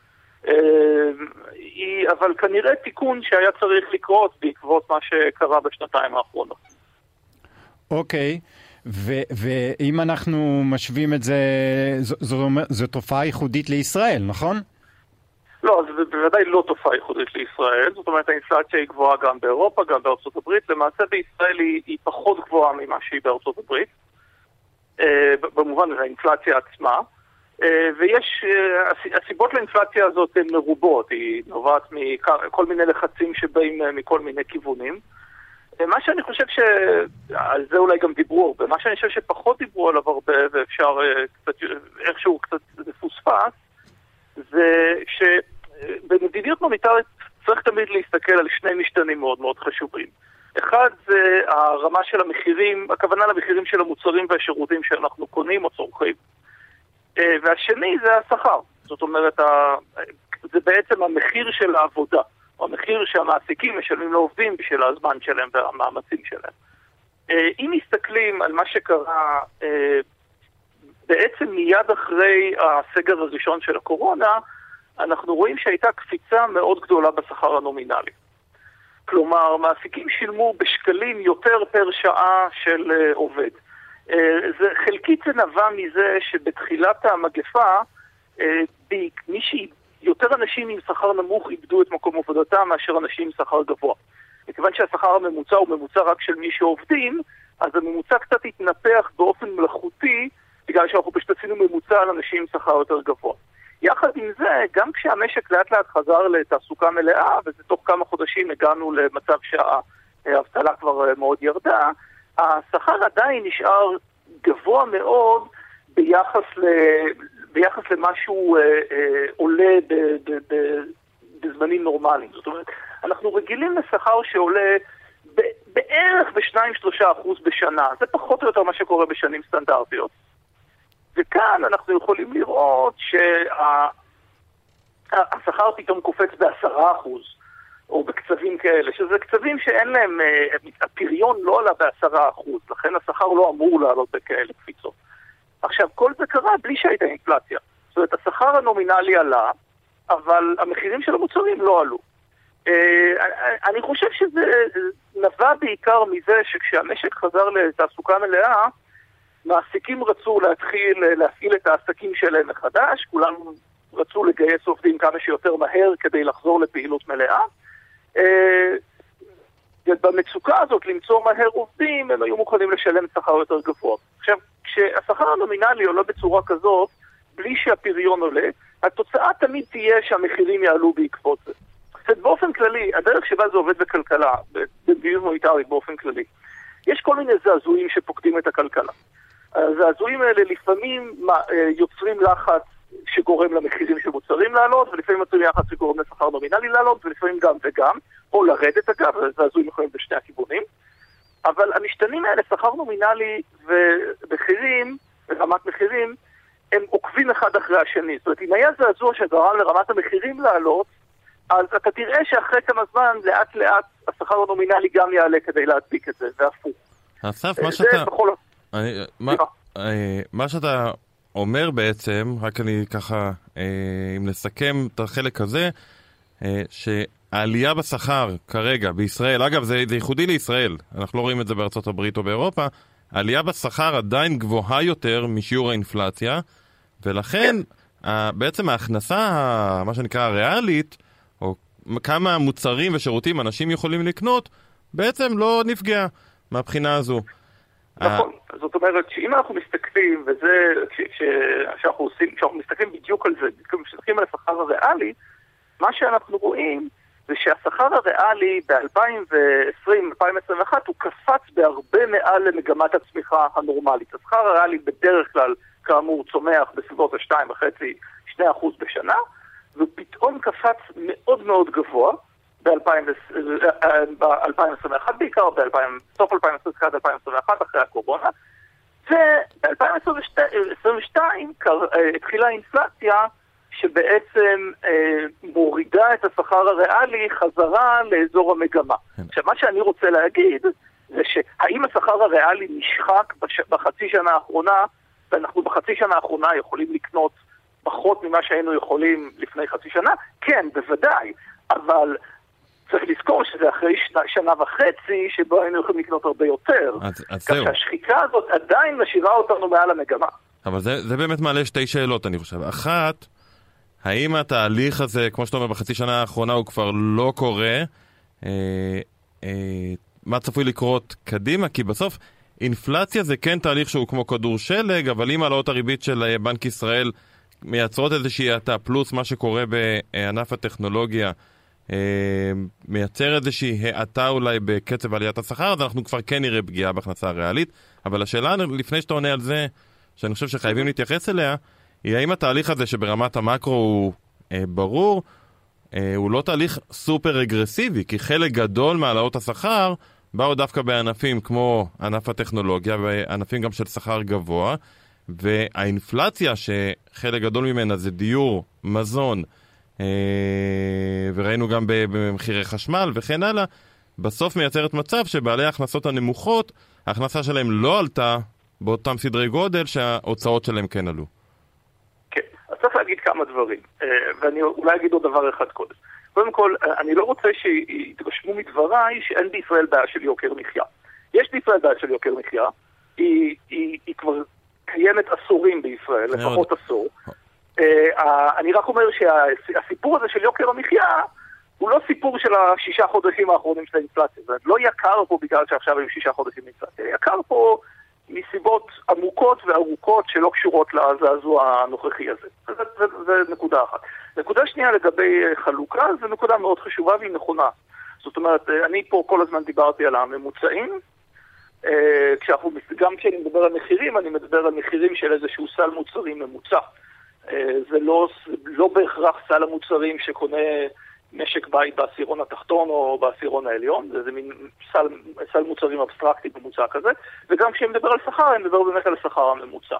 אבל כנראה תיקון שהיה צריך לקרות בעקבות מה שקרה בשנתיים האחרונות. אוקיי, ואם אנחנו משווים את זה, זו תופעה ייחודית לישראל, נכון? לא, זה בוודאי לא תופעה ייחודית לישראל. זאת אומרת, האינפלציה היא גבוהה גם באירופה, גם בארצות הברית. למעשה בישראל היא פחות גבוהה ממה שהיא בארצות הברית, במובן הזה האינפלציה עצמה. ויש, הסיבות לאינפלציה הזאת הן מרובות, היא נובעת מכל מיני לחצים שבאים מכל מיני כיוונים. מה שאני חושב על זה אולי גם דיברו הרבה, מה שאני חושב שפחות דיברו עליו הרבה, ואפשר איכשהו קצת לפוספס, זה שבמדיניות מוניטרית צריך תמיד להסתכל על שני משתנים מאוד מאוד חשובים. אחד זה הרמה של המחירים, הכוונה למחירים של המוצרים והשירותים שאנחנו קונים או צורכים. והשני זה השכר. זאת אומרת, זה בעצם המחיר של העבודה, או המחיר שהמעסיקים משלמים לעובדים בשביל הזמן שלהם והמאמצים שלהם. אם מסתכלים על מה שקרה בעצם מיד אחרי הסגר הראשון של הקורונה, אנחנו רואים שהייתה קפיצה מאוד גדולה בשכר הנומינלי. כלומר, מעסיקים שילמו בשקלים יותר פר שעה של עובד. זה חלקית זה נבע מזה שבתחילת המגפה, יותר אנשים עם שכר נמוך איבדו את מקום עבודתם מאשר אנשים עם שכר גבוה. מכיוון שהשכר הממוצע הוא ממוצע רק של מי שעובדים, אז הממוצע קצת התנפח באופן מלאכותי, בגלל שאנחנו פשוט עשינו ממוצע על אנשים עם שכר יותר גבוה. יחד עם זה, גם כשהמשק לאט לאט חזר לתעסוקה מלאה, וזה תוך כמה חודשים הגענו למצב שהאבטלה כבר מאוד ירדה, השכר עדיין נשאר גבוה מאוד ביחס למה שהוא עולה בזמנים נורמליים. זאת אומרת, אנחנו רגילים לשכר שעולה בערך ב-2-3% בשנה. זה פחות או יותר מה שקורה בשנים סטנדרטיות. וכאן אנחנו יכולים לראות שהשכר פתאום קופץ ב10%, או בקצבים כאלה, שזה קצבים שאין להם, הפריון לא עלה ב10%, לכן השכר לא אמור לעלות בכאלה קפיצות. עכשיו, כל זה קרה בלי שהייתה אינפלציה. זאת אומרת, השכר הנומינלי עלה, אבל המחירים של המוצרים לא עלו. אני חושב שזה נבע בעיקר מזה שכשהמשק חזר לתעסוקה מלאה, מעסיקים רצו להפעיל את העסקים שלהם מחדש, כולם רצו לגייס עובדים כמה שיותר מהר כדי לחזור לפעילות מלאה. במצוקה הזאת למצוא מהר עובדים, הם היו מוכנים לשלם שכר יותר גבוה. עכשיו, כשהשכר הנומינלי עולה בצורה כזאת, בלי שהפריון עולה, התוצאה תמיד תהיה שהמחירים יעלו בעקבות זה. באופן כללי, הדרך שבה זה עובד בכלכלה, במדיניות מוניטרית באופן כללי, יש כל מיני זעזועים שפוקדים את הכלכלה. הזעזועים האלה לפעמים יוצרים לחץ שגורם למחירים של מוצרים לעלות, ולפעמים יוצרים לחץ שגורם לשכר נומינלי לעלות, ולפעמים גם וגם, או לרדת אגב, זעזועים יכולים בשני הכיוונים. אבל המשתנים האלה, שכר נומינלי ומחירים, ורמת מחירים, הם עוקבים אחד אחרי השני. זאת אומרת, אם היה זעזוע שגרם לרמת המחירים לעלות, אז אתה תראה שאחרי כמה זמן, לאט לאט, השכר הנומינלי גם יעלה כדי להדביק את זה, והפוך. אסף, מה שאתה אומר בעצם, רק אני ככה, אם נסכם את החלק הזה, שהעלייה בשכר כרגע בישראל, אגב זה ייחודי לישראל, אנחנו לא רואים את זה בארצות הברית או באירופה, העלייה בשכר עדיין גבוהה יותר משיעור האינפלציה, ולכן בעצם ההכנסה, מה שנקרא הריאלית, או כמה מוצרים ושירותים אנשים יכולים לקנות, בעצם לא נפגע מהבחינה הזו. נכון, זאת אומרת שאם אנחנו מסתכלים, וזה שאנחנו מסתכלים בדיוק על זה, מסתכלים על השכר הריאלי, מה שאנחנו רואים זה שהשכר הריאלי ב-2020-2021 הוא קפץ בהרבה מעל למגמת הצמיחה הנורמלית. השכר הריאלי בדרך כלל, כאמור, צומח בסביבות ה-2.5-2% בשנה, ופתאום קפץ מאוד מאוד גבוה ב-2021, בעיקר בסוף 2021, אחרי הקורונה, וב-2022 התחילה האינפלציה שבעצם מורידה את השכר הריאלי חזרה לאזור המגמה. עכשיו, מה שאני רוצה להגיד זה שהאם השכר הריאלי נשחק בחצי שנה האחרונה, ואנחנו בחצי שנה האחרונה יכולים לקנות פחות ממה שהיינו יכולים לפני חצי שנה? כן, בוודאי, אבל צריך לזכור שזה אחרי שנה וחצי שבו היינו יכולים לקנות הרבה יותר. כך שהשחיקה הזאת עדיין משאירה אותנו מעל המגמה. אבל זה באמת מעלה שתי שאלות, אני חושב. אחת, האם התהליך הזה, כמו שאתה אומר, בחצי שנה האחרונה הוא כבר לא קורה? מה צפוי לקרות קדימה? כי בסוף אינפלציה זה כן תהליך שהוא כמו כדור שלג, אבל אם העלאות הריבית של בנק ישראל מייצרות איזושהי האטה, פלוס מה שקורה בענף הטכנולוגיה, מייצר איזושהי האטה אולי בקצב עליית השכר, אז אנחנו כבר כן נראה פגיעה בהכנסה הריאלית. אבל השאלה, לפני שאתה עונה על זה, שאני חושב שחייבים להתייחס אליה, היא האם התהליך הזה שברמת המקרו הוא ברור, הוא לא תהליך סופר רגרסיבי, כי חלק גדול מהעלאות השכר באו דווקא בענפים כמו ענף הטכנולוגיה, וענפים גם של שכר גבוה, והאינפלציה שחלק גדול ממנה זה דיור, מזון, וראינו גם במחירי חשמל וכן הלאה, בסוף מייצרת מצב שבעלי ההכנסות הנמוכות, ההכנסה שלהם לא עלתה באותם סדרי גודל שההוצאות שלהם כן עלו. כן, אז צריך להגיד כמה דברים, ואני אולי אגיד עוד דבר אחד קודם. קודם כל, אני לא רוצה שיתרשמו מדבריי שאין בישראל בעיה של יוקר מחיה. יש בישראל בעיה של יוקר מחיה, היא כבר קיימת עשורים בישראל, לפחות עשור. אני רק אומר שהסיפור הזה של יוקר המחיה הוא לא סיפור של 6 חודשים האחרונים של האינפלציה. זה לא יקר פה בגלל שעכשיו היו 6 חודשים אינפלציה. יקר פה מסיבות עמוקות וארוכות שלא קשורות לזעזוע הנוכחי הזה. זה נקודה אחת. נקודה שנייה לגבי חלוקה, זו נקודה מאוד חשובה והיא נכונה. זאת אומרת, אני פה כל הזמן דיברתי על הממוצעים. גם כשאני מדבר על מחירים, אני מדבר על מחירים של איזשהו סל מוצרים ממוצע. זה לא בהכרח סל המוצרים שקונה משק בית בעשירון התחתון או בעשירון העליון, זה מין סל מוצרים אבסטרקטי ממוצע כזה, וגם כשאני מדבר על שכר, אני מדבר באמת על השכר הממוצע.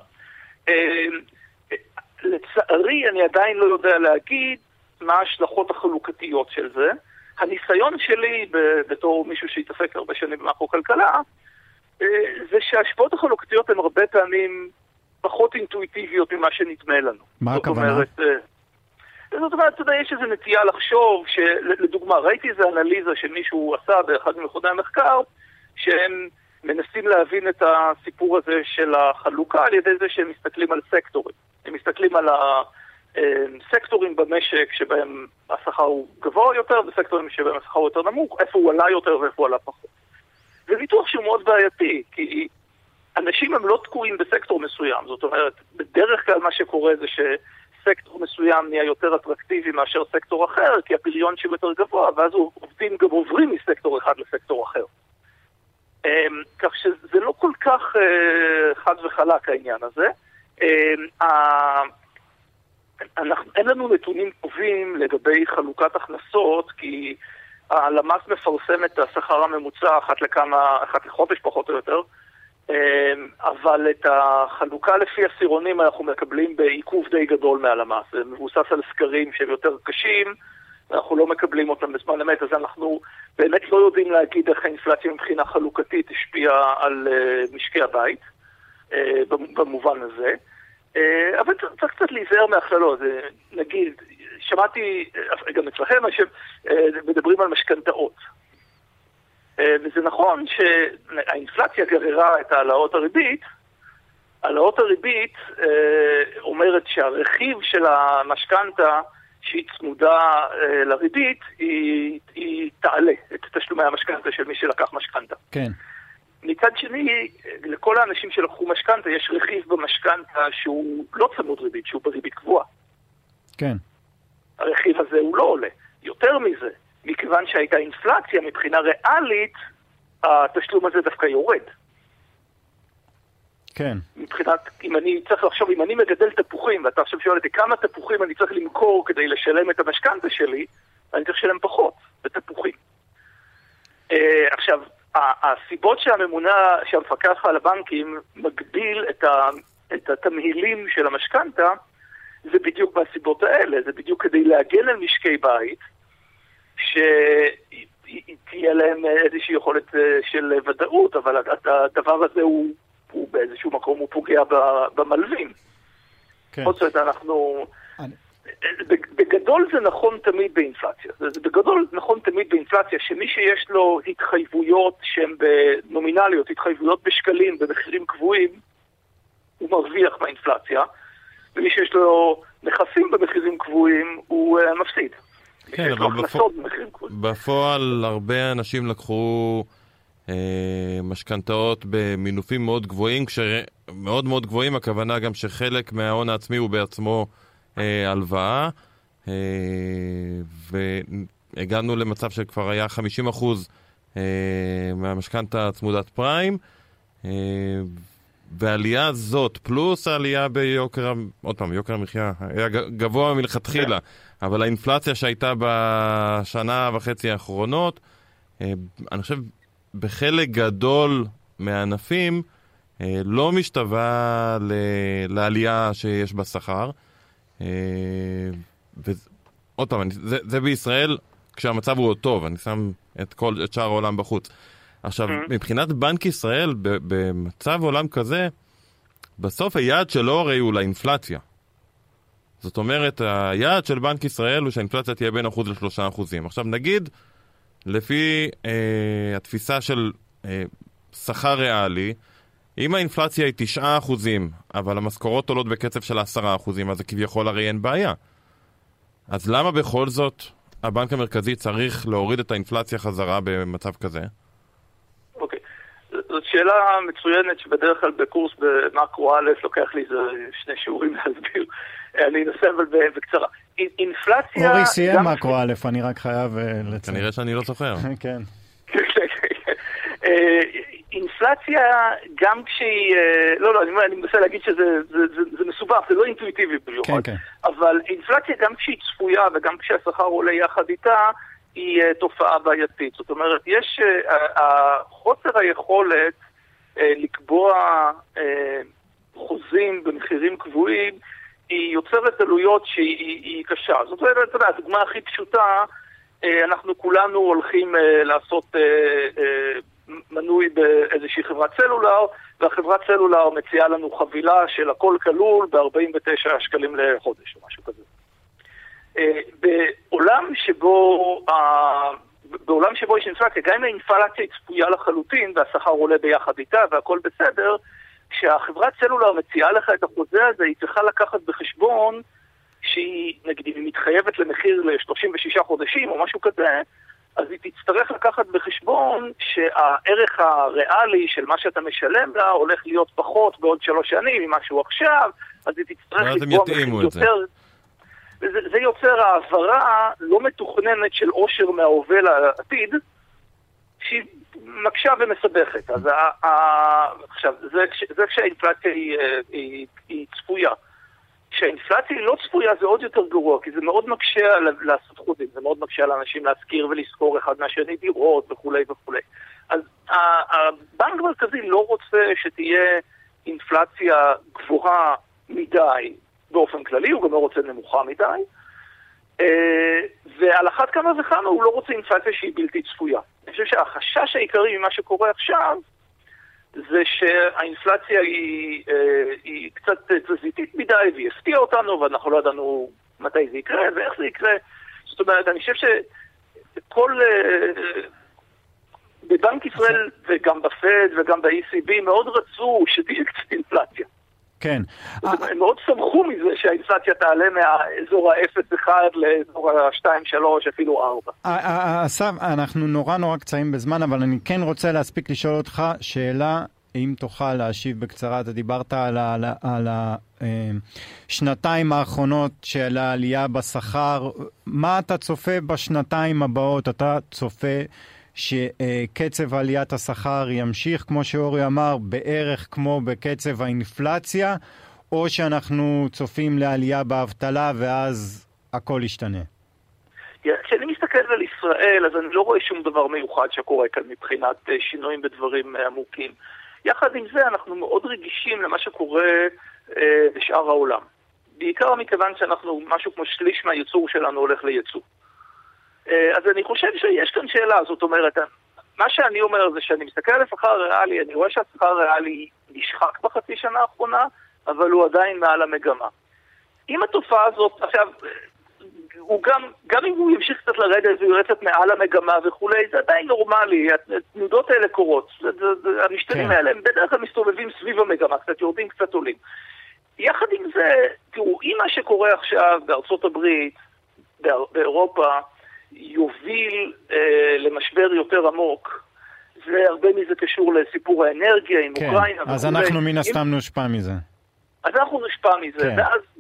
לצערי, אני עדיין לא יודע להגיד מה ההשלכות החלוקתיות של זה. הניסיון שלי, בתור מישהו שהתעסק הרבה שנים במקרו-כלכלה, זה שההשפעות החלוקתיות הן הרבה פעמים פחות אינטואיטיביות ממה שנדמה לנו. מה הכוונה? זאת אומרת, אתה יודע, יש איזו נטייה לחשוב, לדוגמה, ראיתי איזו אנליזה שמישהו עשה באחד ממכוני המחקר, שהם מנסים להבין את הסיפור הזה של החלוקה על ידי זה שהם מסתכלים על סקטורים. הם מסתכלים על הסקטורים במשק שבהם השכר הוא גבוה יותר, וסקטורים שבהם השכר הוא יותר נמוך, איפה הוא עלה יותר ואיפה הוא עלה פחות. זה ניתוח שהוא מאוד בעייתי, כי אנשים הם לא תקועים בסקטור מסוים. זאת אומרת, בדרך כלל מה שקורה זה שסקטור מסוים נהיה יותר אטרקטיבי מאשר סקטור אחר, כי הפריון שהוא יותר גבוה, ואז עובדים גם עוברים מסקטור אחד לסקטור אחר. כך שזה לא כל כך חד וחלק העניין הזה. אין לנו נתונים טובים לגבי חלוקת הכנסות, כי הלמ"ס מפרסם את השכר הממוצע אחת לחודש פחות או יותר, אבל את החלוקה לפי עשירונים אנחנו מקבלים בעיכוב די גדול מהלמ"ס. זה מבוסס על סקרים שהם יותר קשים, אנחנו לא מקבלים אותם בזמן אמת, אז אנחנו באמת לא יודעים להגיד איך האינפלציה מבחינה חלוקתית השפיעה על משקי הבית, במובן הזה. אבל צריך קצת להיזהר מהכללות. נגיד, שמעתי גם אצלכם שמדברים על משכנתאות. וזה נכון שהאינפלציה גררה את העלאות הריבית. העלאות הריבית אומרת שהרכיב של המשכנתה שהיא צמודה לריבית, היא תעלה את תשלומי המשכנתה של מי שלקח משכנתה. כן. מצד שני, לכל האנשים שלקחו משכנתה, יש רכיב במשכנתה שהוא לא צמוד ריבית, שהוא בריבית קבועה. כן. הרכיב הזה הוא לא עולה. יותר מזה, מכיוון שהייתה אינפלציה מבחינה ריאלית, התשלום הזה דווקא יורד. כן. מבחינת, אם אני צריך לחשוב, אם אני מגדל תפוחים, ואתה עכשיו שואל אותי כמה תפוחים אני צריך למכור כדי לשלם את המשכנתה שלי, אני צריך לשלם פחות בתפוחים. עכשיו, הסיבות שהמפקח על הבנקים מגביל את התמהילים של המשכנתה, זה בדיוק מהסיבות האלה, זה בדיוק כדי להגן על משקי בית, שתהיה להם איזושהי יכולת של ודאות, אבל הדבר הזה הוא באיזשהו מקום, הוא פוגע במלווים. כן. עוד זאת, בגדול זה נכון תמיד באינפלציה. זה בגדול נכון תמיד באינפלציה, שמי שיש לו התחייבויות שהן בנומינליות, התחייבויות בשקלים, במחירים קבועים, הוא מרוויח מהאינפלציה, ומי שיש לו נכסים במחירים קבועים, הוא מפסיד. כן, אבל בפועל הרבה אנשים לקחו משכנתאות במינופים מאוד גבוהים, כשמאוד מאוד גבוהים, הכוונה גם שחלק מההון העצמי הוא בעצמו הלוואה, והגענו למצב שכבר היה 50% מהמשכנתא צמודת פריים, והעלייה הזאת, פלוס העלייה ביוקר, עוד פעם, יוקר המחיה, היה גבוה מלכתחילה, אבל האינפלציה שהייתה בשנה וחצי האחרונות, אני חושב, בחלק גדול מהענפים, לא משתווה לעלייה שיש בשכר. עוד פעם, זה בישראל כשהמצב הוא עוד טוב, אני שם את שאר העולם בחוץ. עכשיו, מבחינת בנק ישראל, במצב עולם כזה, בסוף היעד שלו הרי הוא לאינפלציה. זאת אומרת, היעד של בנק ישראל הוא שהאינפלציה תהיה בין 1% ל3%. עכשיו נגיד, לפי התפיסה של שכר ריאלי, אם האינפלציה היא 9%, אבל המשכורות עולות בקצב של 10%, אז זה כביכול הרי אין בעיה. אז למה בכל זאת הבנק המרכזי צריך להוריד את האינפלציה חזרה במצב כזה? אוקיי. זאת שאלה מצוינת שבדרך כלל בקורס במקרו א' לוקח לי איזה 2 שיעורים להסביר. אני אנסה אבל בקצרה. אינפלציה... אורי סיים מקרו א', אני רק חייב לציין. כנראה שאני לא זוכר. כן. אינפלציה גם כשהיא... לא, אני מנסה להגיד שזה מסובך, זה לא אינטואיטיבי במיוחד. כן. אבל אינפלציה גם כשהיא צפויה וגם כשהשכר עולה יחד איתה, היא תופעה בעייתית. זאת אומרת, יש חוסר היכולת לקבוע חוזים במחירים קבועים, היא יוצרת עלויות שהיא קשה. זאת אומרת, אתה יודע, הדוגמה הכי פשוטה, אנחנו כולנו הולכים לעשות מנוי באיזושהי חברת סלולר, והחברת סלולר מציעה לנו חבילה של הכל כלול ב-49 שקלים לחודש או משהו כזה. בעולם שבו יש אינפלציה, גם אם האינפלציה היא צפויה לחלוטין והשכר עולה ביחד איתה והכל בסדר, כשהחברת סלולר מציעה לך את החוזה הזה, היא צריכה לקחת בחשבון שהיא, נגיד, היא מתחייבת למחיר ל-36 חודשים או משהו כזה, אז היא תצטרך לקחת בחשבון שהערך הריאלי של מה שאתה משלם לה הולך להיות פחות בעוד 3 שנים ממה שהוא עכשיו, אז היא תצטרך לקבוע מחיר יותר... זה יוצר העברה לא מתוכננת של עושר מההווה לעתיד, שהיא מקשה ומסבכת. אז עכשיו, זה כשהאינפלציה היא צפויה. כשהאינפלציה היא לא צפויה זה עוד יותר גרוע, כי זה מאוד מקשה לעשות חוזים, זה מאוד מקשה לאנשים להזכיר ולזכור אחד מהשני דירות וכו' וכו'. אז הבנק המרכזי לא רוצה שתהיה אינפלציה גבוהה מדי באופן כללי, הוא גם לא רוצה נמוכה מדי, ועל אחת כמה וכמה הוא לא רוצה אינפלציה שהיא בלתי צפויה. אני חושב שהחשש העיקרי ממה שקורה עכשיו, זה שהאינפלציה היא קצת תזזיתית מדי, והיא הפתיעה אותנו, ואנחנו לא ידענו מתי זה יקרה, ואיך זה יקרה. זאת אומרת, אני חושב שכל... בבנק ישראל, וגם בפד, וגם ב-ECB, מאוד רצו שתהיה קצת אינפלציה. כן. הם מאוד שמחו מזה שהאינפלציה תעלה מהאזור ה-0-1 לאזור ה-2-3, אפילו 4. אסף, אנחנו נורא קצרים בזמן, אבל אני כן רוצה להספיק לשאול אותך שאלה, אם תוכל להשיב בקצרה. אתה דיברת על השנתיים האחרונות של העלייה בשכר. מה אתה צופה בשנתיים הבאות? אתה צופה שקצב עליית השכר ימשיך, כמו שאורי אמר, בערך כמו בקצב האינפלציה, או שאנחנו צופים לעלייה באבטלה ואז הכל ישתנה? כשאני מסתכל על ישראל, אז אני לא רואה שום דבר מיוחד שקורה כאן מבחינת שינויים בדברים עמוקים. יחד עם זה, אנחנו מאוד רגישים למה שקורה בשאר העולם. בעיקר מכיוון שאנחנו, משהו כמו שליש מהייצור שלנו הולך לייצוא. אז אני חושב שיש כאן שאלה, זאת אומרת, מה שאני אומר זה שאני מסתכל על השכר הריאלי, אני רואה שהשכר הריאלי נשחק בחצי שנה האחרונה, אבל הוא עדיין מעל המגמה. אם התופעה הזאת, עכשיו, גם אם הוא ימשיך קצת לרדת והוא ירצת מעל המגמה וכולי, זה עדיין נורמלי, התנודות האלה קורות, המשתנים האלה הם בדרך כלל מסתובבים סביב המגמה, קצת יורדים, קצת עולים. יחד עם זה, תראו, אם מה שקורה עכשיו בארצות הברית, באירופה, יוביל למשבר יותר עמוק, והרבה מזה קשור לסיפור האנרגיה עם אוקראינה. אז אנחנו מן הסתם נושפע מזה. אז אנחנו נושפע מזה,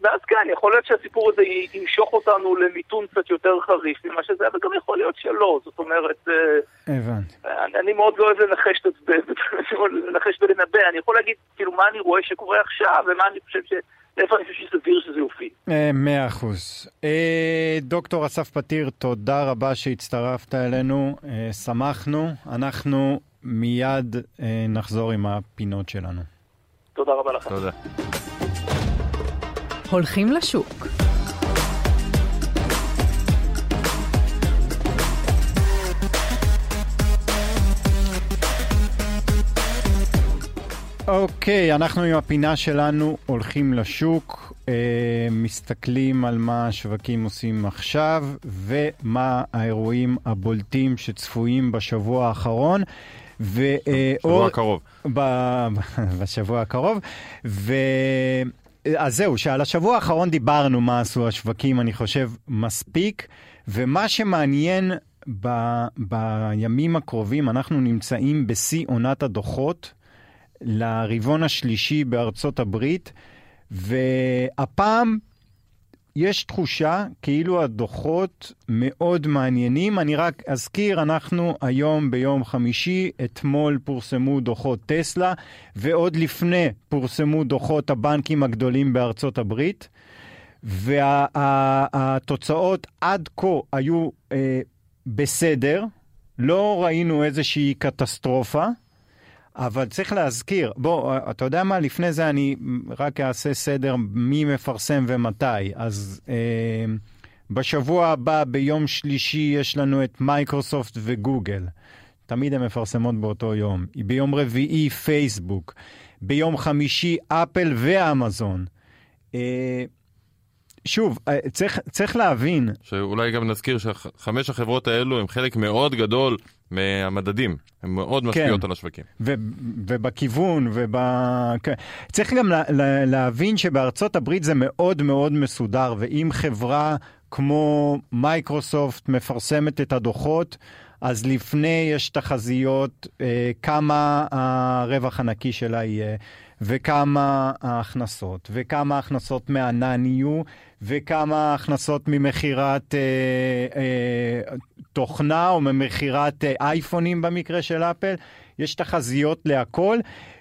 ואז כן, יכול להיות שהסיפור הזה ימשוך אותנו למיתון קצת יותר חריף ממה שזה, וגם יכול להיות שלא. זאת אומרת, אני מאוד לא אוהב לנחש ולנבא. אני יכול להגיד כאילו מה אני רואה שקורה עכשיו, ומה אני חושב איפה אני חושב שסביר שזה יופיע. 100%. דוקטור אסף פתיר, תודה רבה שהצטרפת אלינו, שמחנו. אנחנו מיד נחזור עם הפינות שלנו. תודה רבה לכם. תודה. הולכים לשוק. אוקיי, אנחנו עם הפינה שלנו הולכים לשוק, מסתכלים על מה השווקים עושים עכשיו ומה האירועים הבולטים שצפויים בשבוע האחרון. בשבוע הקרוב. בשבוע הקרוב. אז זהו, שעל השבוע האחרון דיברנו מה עשו השווקים, אני חושב מספיק, ומה שמעניין בימים הקרובים, אנחנו נמצאים בשיא עונת הדוחות, לרבעון השלישי בארצות הברית, והפעם יש תחושה כאילו הדוחות מאוד מעניינים. אני רק אזכיר, אנחנו היום ביום חמישי, אתמול פורסמו דוחות טסלה, ועוד לפני פורסמו דוחות הבנקים הגדולים בארצות הברית, והתוצאות עד כה היו בסדר, לא ראינו איזושהי קטסטרופה, אבל צריך להזכיר, בוא, אתה יודע מה, לפני זה אני רק אעשה סדר מי מפרסם ומתי. אז בשבוע הבא, ביום שלישי, יש לנו את מייקרוסופט וגוגל. תמיד הן מפרסמות באותו יום. ביום רביעי, פייסבוק. ביום חמישי, אפל ואמזון. שוב, צריך להבין. שאולי גם נזכיר שחמש החברות האלו הם חלק מאוד גדול מהמדדים. הם מאוד משפיעות על השווקים. ובכיוון, צריך גם להבין שבארצות הברית זה מאוד מאוד מסודר, ואם חברה כמו מייקרוסופט מפרסמת את הדוחות, אז לפני יש תחזיות כמה הרווח הנקי שלה יהיה, וכמה ההכנסות, וכמה ההכנסות מהענן יהיו, וכמה ההכנסות ממחירת תוכנה, או ממחירת אייפונים במקרה של אפל. יש תחזיות להכל,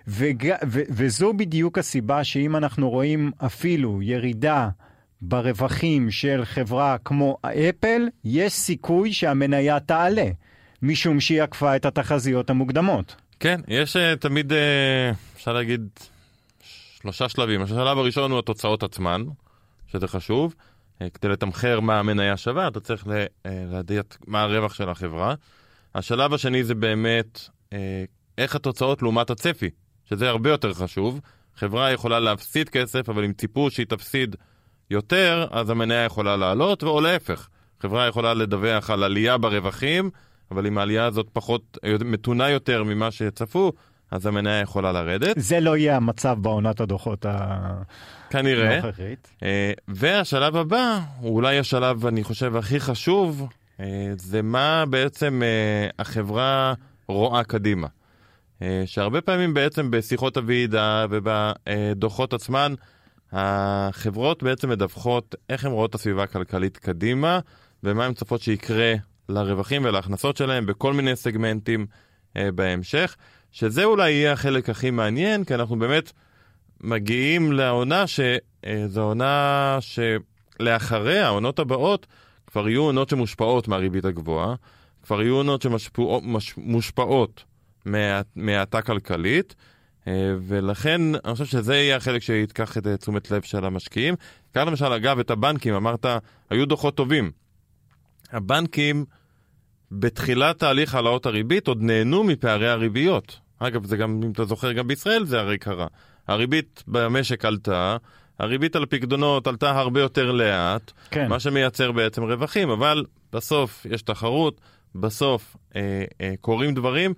וזו בדיוק הסיבה שאם אנחנו רואים אפילו ירידה ברווחים של חברה כמו אפל, יש סיכוי שהמניה תעלה, משום שהיא עקפה את התחזיות המוקדמות. כן, יש תמיד, אפשר להגיד, 3 שלבים. השלב הראשון הוא התוצאות עצמן, שזה חשוב. כדי לתמחר מה המניה שווה, אתה צריך לדעת מה הרווח של החברה. השלב השני זה באמת איך התוצאות לעומת הצפי, שזה הרבה יותר חשוב. חברה יכולה להפסיד כסף, אבל אם ציפו שהיא תפסיד יותר, אז המניה יכולה לעלות, או להפך. חברה יכולה לדווח על עלייה ברווחים, אבל אם העלייה הזאת פחות מתונה יותר ממה שצפו, אז המניה יכולה לרדת. זה לא יהיה המצב בעונת הדוחות כנראה. הנוכחית. והשלב הבא, הוא אולי השלב, אני חושב, הכי חשוב, זה מה בעצם החברה רואה קדימה. שהרבה פעמים בעצם בשיחות הוועידה ובדוחות עצמן, החברות בעצם מדווחות איך הן רואות את הסביבה הכלכלית קדימה, ומה הן צופות שיקרה לרווחים ולהכנסות שלהם בכל מיני סגמנטים בהמשך, שזה אולי יהיה החלק הכי מעניין, כי אנחנו באמת מגיעים לעונה שזו עונה שלאחריה, העונות הבאות, כבר יהיו עונות שמושפעות מהריבית הגבוהה, כבר יהיו עונות שמושפעות מהאטה כלכלית, ולכן אני חושב שזה יהיה החלק שיתקח את תשומת לב של המשקיעים. כאן למשל, אגב, את הבנקים, אמרת, היו דוחות טובים. הבנקים בתחילת תהליך העלאות הריבית עוד נהנו מפערי הריביות. אגב, זה גם, אם אתה זוכר, גם בישראל זה הרי קרה. הריבית במשק עלתה, הריבית על הפקדונות עלתה הרבה יותר לאט, כן. מה שמייצר בעצם רווחים, אבל בסוף יש תחרות, בסוף קורים דברים,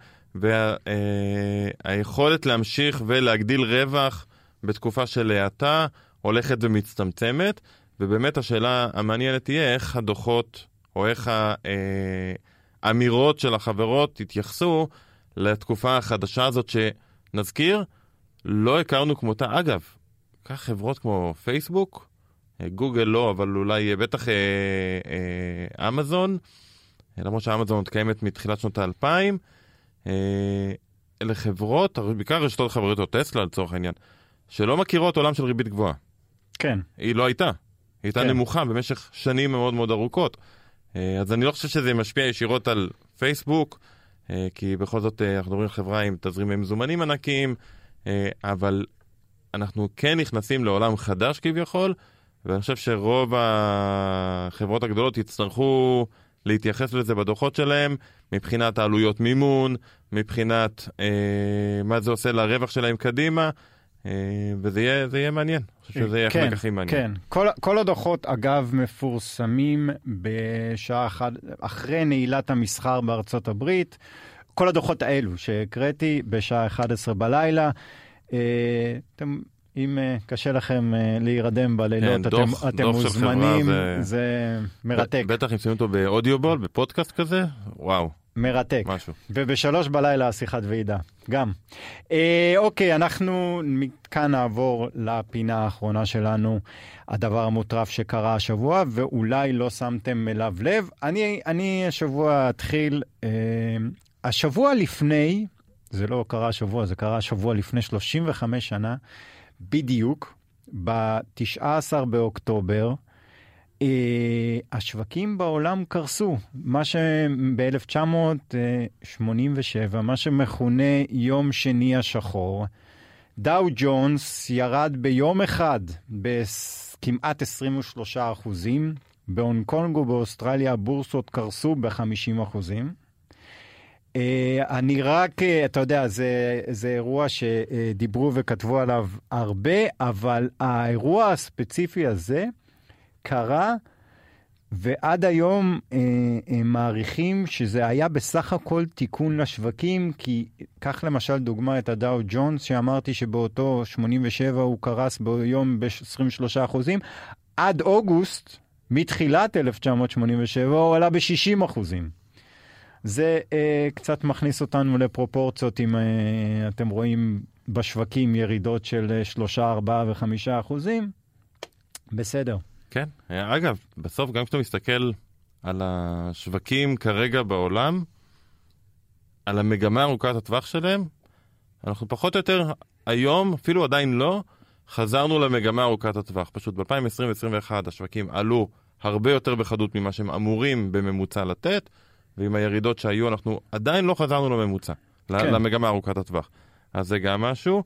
והיכולת להמשיך ולהגדיל רווח בתקופה של האטה הולכת ומצטמצמת, ובאמת השאלה המעניינת תהיה איך הדוחות או איך האמירות של החברות יתייחסו לתקופה החדשה הזאת שנזכיר, לא הכרנו כמותה. אגב, כך חברות כמו פייסבוק גוגל לא, אבל אולי בטח אמזון, למרות שאמזון קיימת מתחילת שנות ה-2000, אלה חברות, בעיקר רשתות חברות או טסלה לצורך העניין, שלא מכירות עולם של ריבית גבוהה. כן. היא לא הייתה. היא הייתה נמוכה במשך שנים מאוד מאוד ארוכות. אז אני לא חושב שזה משפיע ישירות על פייסבוק, כי בכל זאת אנחנו מדברים על חברה עם תזרימי מזומנים ענקיים, אבל אנחנו כן נכנסים לעולם חדש כביכול, ואני חושב שרוב החברות הגדולות יצטרכו להתייחס לזה בדוחות שלהם, מבחינת העלויות מימון, מבחינת מה זה עושה לרווח שלהם קדימה, וזה יהיה מעניין. אני חושב שזה יהיה חלק הכי מעניין. כן, כל הדוחות אגב מפורסמים בשעה אחת, אחרי נעילת המסחר בארצות הברית, כל הדוחות האלו שהקראתי בשעה 11 בלילה, אם קשה לכם להירדם בלילות, אתם מוזמנים, זה מרתק. בטח אם שמים אותו באודיובול, בפודקאסט כזה, וואו. מרתק. משהו. וב3 בלילה שיחת ועידה, גם. אוקיי, אנחנו כאן נעבור לפינה האחרונה שלנו, הדבר המוטרף שקרה השבוע, ואולי לא שמתם אליו לב. אני השבוע אתחיל, השבוע לפני, זה לא קרה השבוע, זה קרה השבוע לפני 35 שנה, בדיוק, ב-19 באוקטובר, השווקים בעולם קרסו, מה שב-1987, מה שמכונה יום שני השחור, דאו ג'ונס ירד ביום אחד בכמעט 23%, בהונג קונג ובאוסטרליה הבורסות קרסו ב-50%. אני רק, אתה יודע, זה אירוע שדיברו וכתבו עליו הרבה, אבל האירוע הספציפי הזה קרה, ועד היום מעריכים שזה היה בסך הכל תיקון לשווקים, כי כך למשל דוגמה את הדאו ג'ונס, שאמרתי שבאותו 87 הוא קרס ביום ב-23%, עד אוגוסט, מתחילת 1987, הוא עלה ב-60%. זה קצת מכניס אותנו לפרופורציות, אם אתם רואים בשווקים ירידות של 3, 4 ו5%, בסדר. כן, אגב, בסוף גם כשאתה מסתכל על השווקים כרגע בעולם, על המגמה ארוכת הטווח שלהם, אנחנו פחות או יותר היום, אפילו עדיין לא, חזרנו למגמה ארוכת הטווח. פשוט ב-2020-2021 השווקים עלו הרבה יותר בחדות ממה שהם אמורים בממוצע לתת, ועם הירידות שהיו אנחנו עדיין לא חזרנו לממוצע, כן. למגמה ארוכת הטווח. אז זה גם משהו.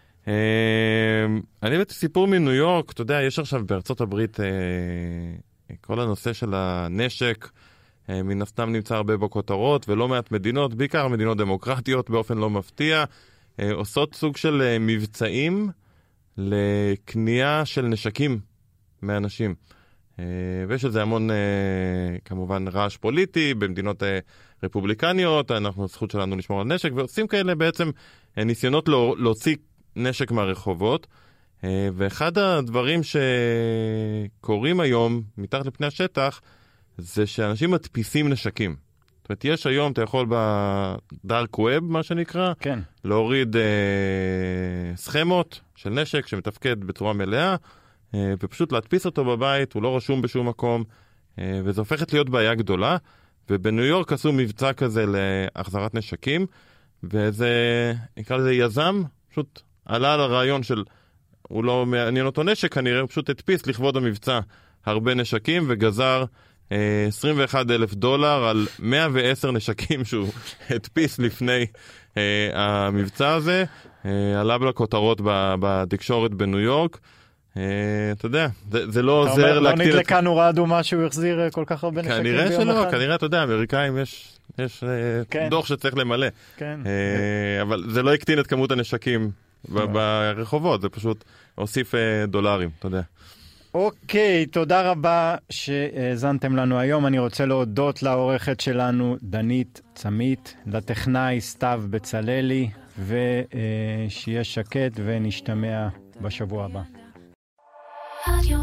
אני הבאתי סיפור מניו יורק, אתה יודע, יש עכשיו בארצות הברית כל הנושא של הנשק, מן הסתם נמצא הרבה בכותרות, ולא מעט מדינות, בעיקר מדינות דמוקרטיות באופן לא מפתיע, עושות סוג של מבצעים לקנייה של נשקים מאנשים. ויש לזה המון כמובן רעש פוליטי במדינות רפובליקניות, אנחנו זכות שלנו לשמור על נשק, ועושים כאלה בעצם ניסיונות להוציא נשק מהרחובות, ואחד הדברים שקורים היום מתחת לפני השטח, זה שאנשים מדפיסים נשקים. זאת אומרת, יש היום, אתה יכול בדארק ווב, מה שנקרא, כן. להוריד סכמות של נשק שמתפקד בצורה מלאה, ופשוט להדפיס אותו בבית, הוא לא רשום בשום מקום, וזה הופכת להיות בעיה גדולה, ובניו יורק עשו מבצע כזה להחזרת נשקים, וזה, נקרא לזה יזם, פשוט עלה על הרעיון של, הוא לא מעניין אותו נשק, כנראה הוא פשוט הדפיס לכבוד המבצע הרבה נשקים, וגזר $21,000 על 110 נשקים שהוא הדפיס לפני המבצע הזה, עלה לכותרות בתקשורת בניו יורק, אתה יודע, זה לא עוזר להקטין... לא נדלקה נורה אדומה שהוא החזיר כל כך הרבה נשקים ביום אחד? כנראה שלא, כנראה, אתה יודע, אמריקאים יש דוח שצריך למלא. אבל זה לא הקטין את כמות הנשקים ברחובות, זה פשוט הוסיף דולרים, אתה יודע. אוקיי, תודה רבה שהזנתם לנו היום. אני רוצה להודות לעורכת שלנו דנית צמית, לטכנאי סתיו בצללי, ושיהיה שקט ונשתמע בשבוע הבא. רדיו